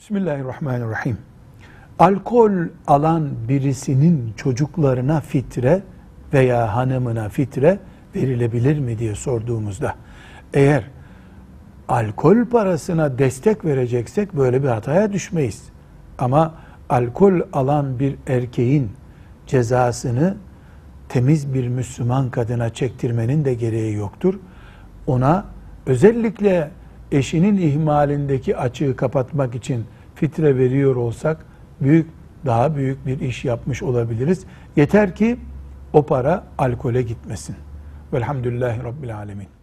Bismillahirrahmanirrahim. Alkol alan birisinin çocuklarına fitre veya hanımına fitre verilebilir mi diye sorduğumuzda, eğer alkol parasına destek vereceksek böyle bir hataya düşmeyiz. Ama alkol alan bir erkeğin cezasını temiz bir Müslüman kadına çektirmenin de gereği yoktur. Ona özellikle eşinin ihmalindeki açığı kapatmak için fitre veriyor olsak daha büyük bir iş yapmış olabiliriz. Yeter ki o para alkole gitmesin. Velhamdülillahi Rabbil Alemin.